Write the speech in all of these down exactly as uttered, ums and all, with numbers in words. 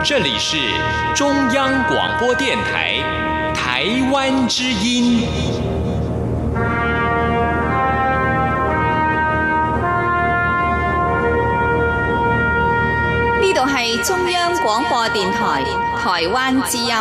这里是中央广播电台台湾之音。 呢度係中央廣播電台台灣之音。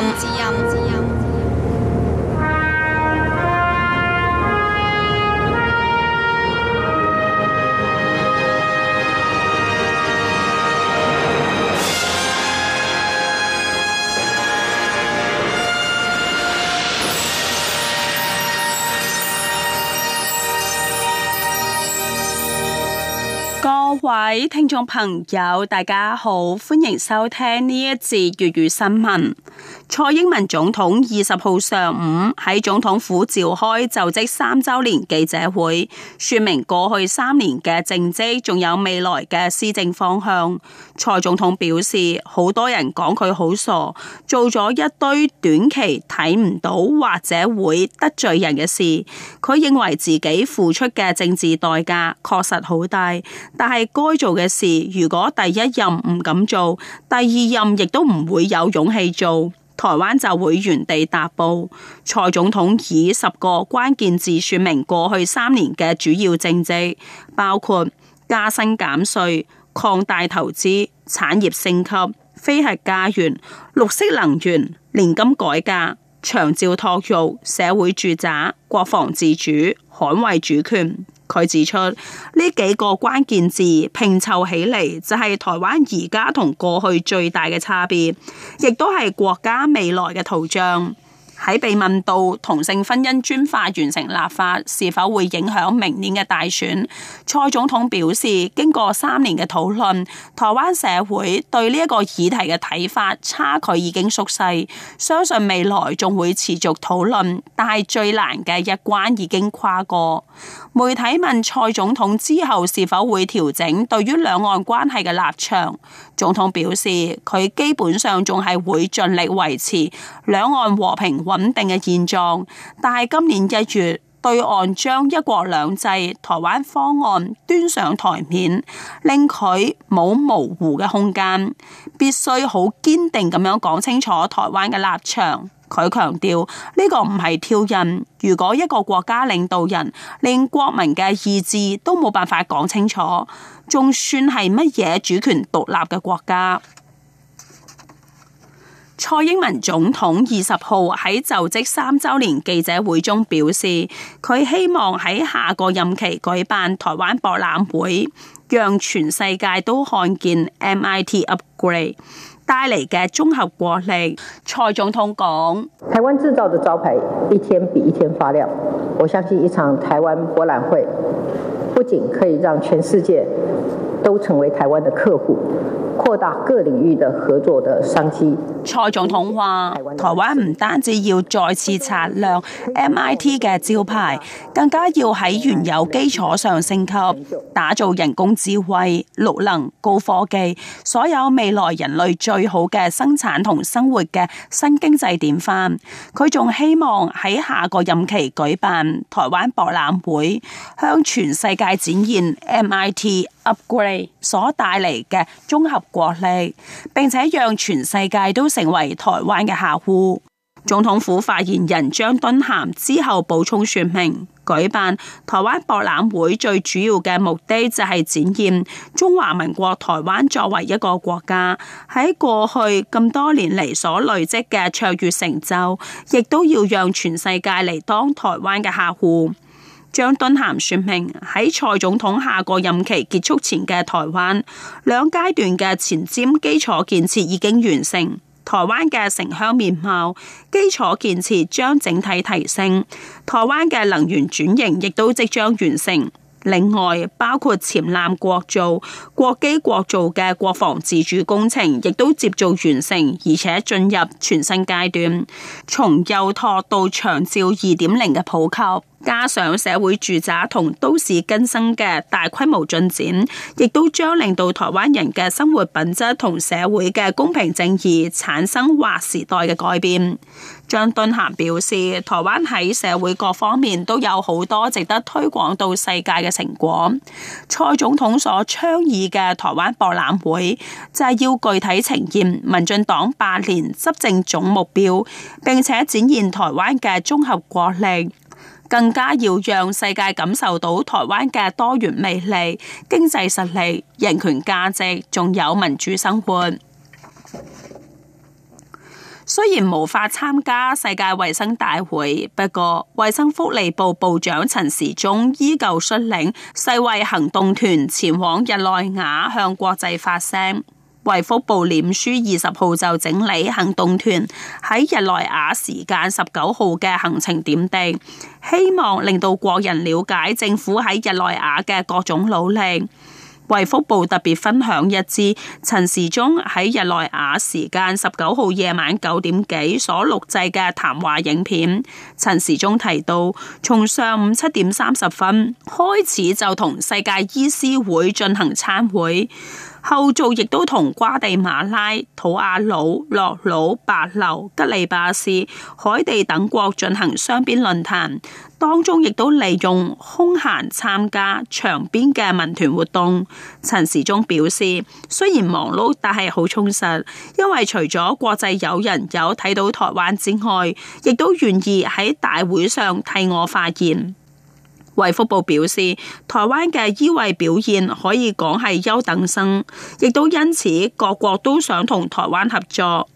各位聽眾朋友，大家好，歡迎收聽呢一節粵語新聞。蔡英文總統二十號上午喺總統府召開就職三週年記者會，說明過去三年嘅政績，仲有未來嘅施政方向。蔡總統表示，好多人講佢好傻，做咗一堆短期睇唔到或者會得罪人嘅事。佢認為自己付出嘅政治代價確實好大，但係該做嘅事，如果第一任唔敢做，第二任亦都唔會有勇氣做，台灣就會原地踏步。蔡總統以十個關鍵字說明過去三年嘅主要政績，包括加薪減稅、擴大投資、產業升級、非核家園、綠色能源、年金改革、長照托育、社會住宅、國防自主、捍衛主權。佢指出，呢幾個關鍵字拼湊起嚟，就係台灣而家同過去最大嘅差別，亦都係國家未來嘅圖像。喺被問到同性婚姻專法完成立法是否會影響明年嘅大選，蔡總統表示，經過三年嘅討論，台灣社會對呢一個議題嘅睇法差距已經縮細，相信未來仲會持續討論，但係最難嘅一關已經跨過。媒體問蔡總統之後是否會調整對於兩岸關係嘅立場，總統表示佢基本上仲係會盡力維持兩岸和平穩定嘅現狀，但係今年一月對岸將一國兩制台灣方案端上台面，令佢冇模糊嘅空間，必須好堅定咁樣講清楚台灣嘅立場。佢強調呢個唔係挑釁，如果一個國家領導人連國民嘅意志都冇辦法講清楚，仲算係乜嘢主權獨立嘅國家？蔡英文總統二十號喺就職三週年記者會中表示，佢希望喺下個任期舉辦台灣博覽會，讓全世界都看見 M I T upgrade 帶嚟嘅綜合國力。蔡總統講： 台灣製造的招牌一天比一天發亮，我相信一場台灣博覽會不僅可以讓全世界都成為台灣的客戶，擴大各領域的合作的商機。 蔡總統話，台灣唔單止要再次擦亮 M I T 嘅招牌，更加要喺原有基礎上升級，打造人工智慧、綠能、高科技，所有未來人類最好嘅生產同生活嘅新經濟典範。佢仲希望喺下個任期舉辦台灣博覽會，向全世界展現 M I T upgrade 所帶嚟嘅綜合國力，並且讓全世界都成為台灣嘅客戶。總統府發言人張敦涵之後補充說明，舉辦台灣博覽會最主要嘅目的就係展現中華民國台灣作為一個國家喺過去咁多年嚟所累積嘅卓越成就，亦都要讓全世界嚟當台灣嘅客戶。張敦涵說明，喺蔡總統下個任期結束前嘅台灣，兩階段嘅前瞻基礎建設已經完成，台灣嘅城鄉面貌、基礎建設將整體提升，台灣嘅能源轉型亦都即將完成。另外，包括潛艦國造、國機國造嘅國防自主工程，亦都接續完成，而且進入全新階段，從幼托到長照二點零嘅普及。 加上社會住宅同都市更新嘅大規模進展，亦都將令到台灣人嘅生活品質同社會嘅公平正義產生劃時代嘅改變。張敦涵表示，台灣喺社會各方面都有好多值得推廣到世界嘅成果。蔡總統所倡議嘅台灣博覽會就係要具體呈現民進黨八年執政總目標，並且展現台灣嘅綜合國力，更加要讓世界感受到台灣嘅多元魅力、經濟實力、人權價值，仲有民主生活。雖然無法參加世界衛生大會，不過衛生福利部部長陳時中依舊率領世衛行動團前往日內瓦向國際發聲。衛福部臉書二十號就整理行動團喺日內瓦時間十九號嘅行程點滴，希望令到國人了解政府喺日內瓦嘅各種努力。衛福部特別分享一支陳時中喺日內瓦時間十九號夜晚九點幾所錄製嘅談話影片。陳時中提到，從上午七點三十分開始就同世界醫師會進行參會，後續亦都同瓜地馬拉、土瓦魯、諾魯、帛琉、吉里巴斯、海地等國進行雙邊論壇，當中亦都利用空閒參加場邊嘅民團活動。陳時中表示，雖然忙碌，但係好充實，因為除咗國際友人有睇到台灣之外，亦都願意喺大會上替我發言。衛福部表示，台灣嘅醫衛表現可以講係優等生，亦都因此各國都想同台灣合作。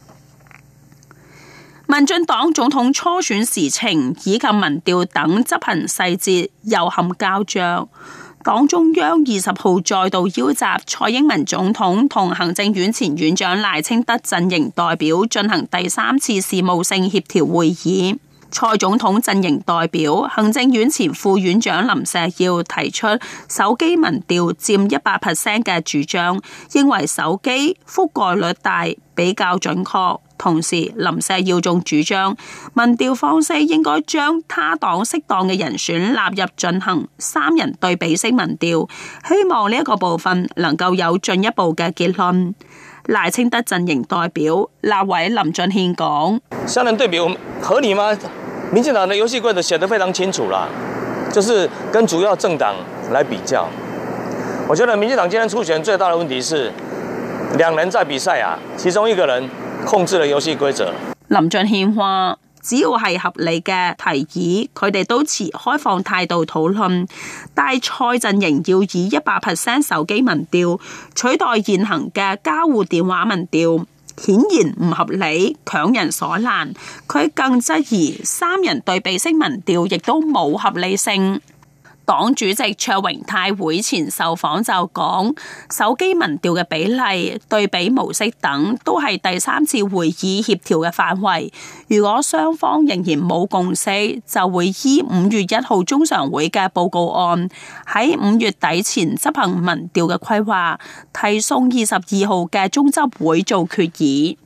民進黨總統初選時程以及民調等執行細節又陷膠著。黨中央二十號再度邀集蔡英文總統同行政院前院長賴清德陣營代表進行第三次事務性協調會議。蔡總統陣營代表行政院前副院長林錫耀提出手機民調佔一百 percent 嘅主張，認為手機覆蓋率大，比較準確。同時林錫耀仲主張民調方式應該將他黨適當嘅人選納入進行三人對比式民調，希望呢一個部分能夠有進一步嘅結論。賴清德陣營代表立委林俊憲講： 三人對比合理嗎？民進黨的遊戲規則寫得非常清楚啦，就是跟主要政黨來比較。我覺得民進黨今天初選最大的問題是兩人在比賽啊，其中一個人控制了遊戲規則。 林俊憲話：只要係合理嘅提議，佢哋都持開放態度討論。但蔡陣營要以一百 percent 手機民調取代現行嘅交互電話民調，顯然唔合理，強人所難。佢更質疑三人對比式民調亦都冇合理性。黨主席卓榮泰會前受訪就講，手機民調嘅比例、對比模式等都係第三次會議協調嘅範圍。如果雙方仍然冇共識，就會依五月一號中常會嘅報告案，喺五月底前執行民調嘅規劃，提送二十二號嘅中執會做決議。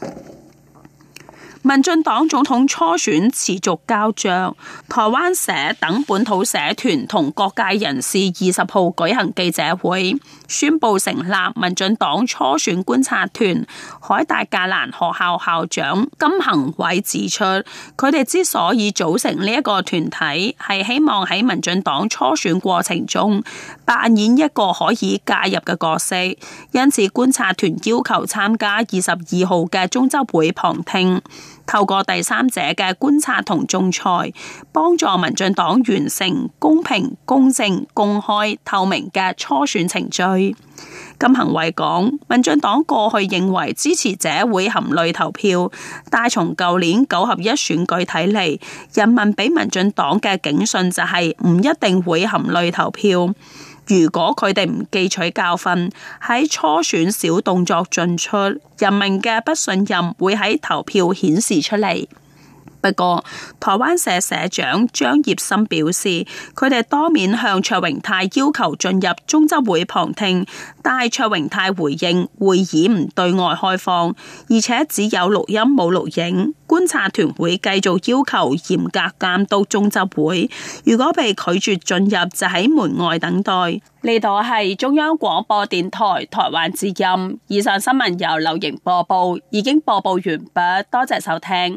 民進黨總統初選持續膠著，台灣社等本土社團同各界人士二十號舉行記者會，宣布成立民進黨初選觀察團。海大格蘭學校校長金恒偉指出，佢哋之所以組成呢一個團體，係希望喺民進黨初選過程中扮演一個可以介入嘅角色，因此觀察團要求參加二十二號嘅中執會旁聽。透過第三者嘅觀察同仲裁，幫助民進黨完成公平、公正、公開、透明嘅初選程序。金恒偉講，民進黨過去認為支持者會含淚投票，但從舊年九合一選舉睇嚟，人民俾民進黨嘅警訊就係唔一定會含淚投票。如果佢哋唔記取教訓，喺初選小動作進出，人民嘅不信任會喺投票顯示出嚟。 不過，台灣社社長張業森表示，佢哋多面向卓榮泰要求進入中執會旁聽，但係卓榮泰回應會議唔對外開放，而且只有錄音冇錄影。觀察團會繼續要求嚴格監督中執會，如果被拒絕進入，就喺門外等待。呢度係中央廣播電台台灣之音，以上新聞由劉瑩播報，已經播報完畢，多謝收聽。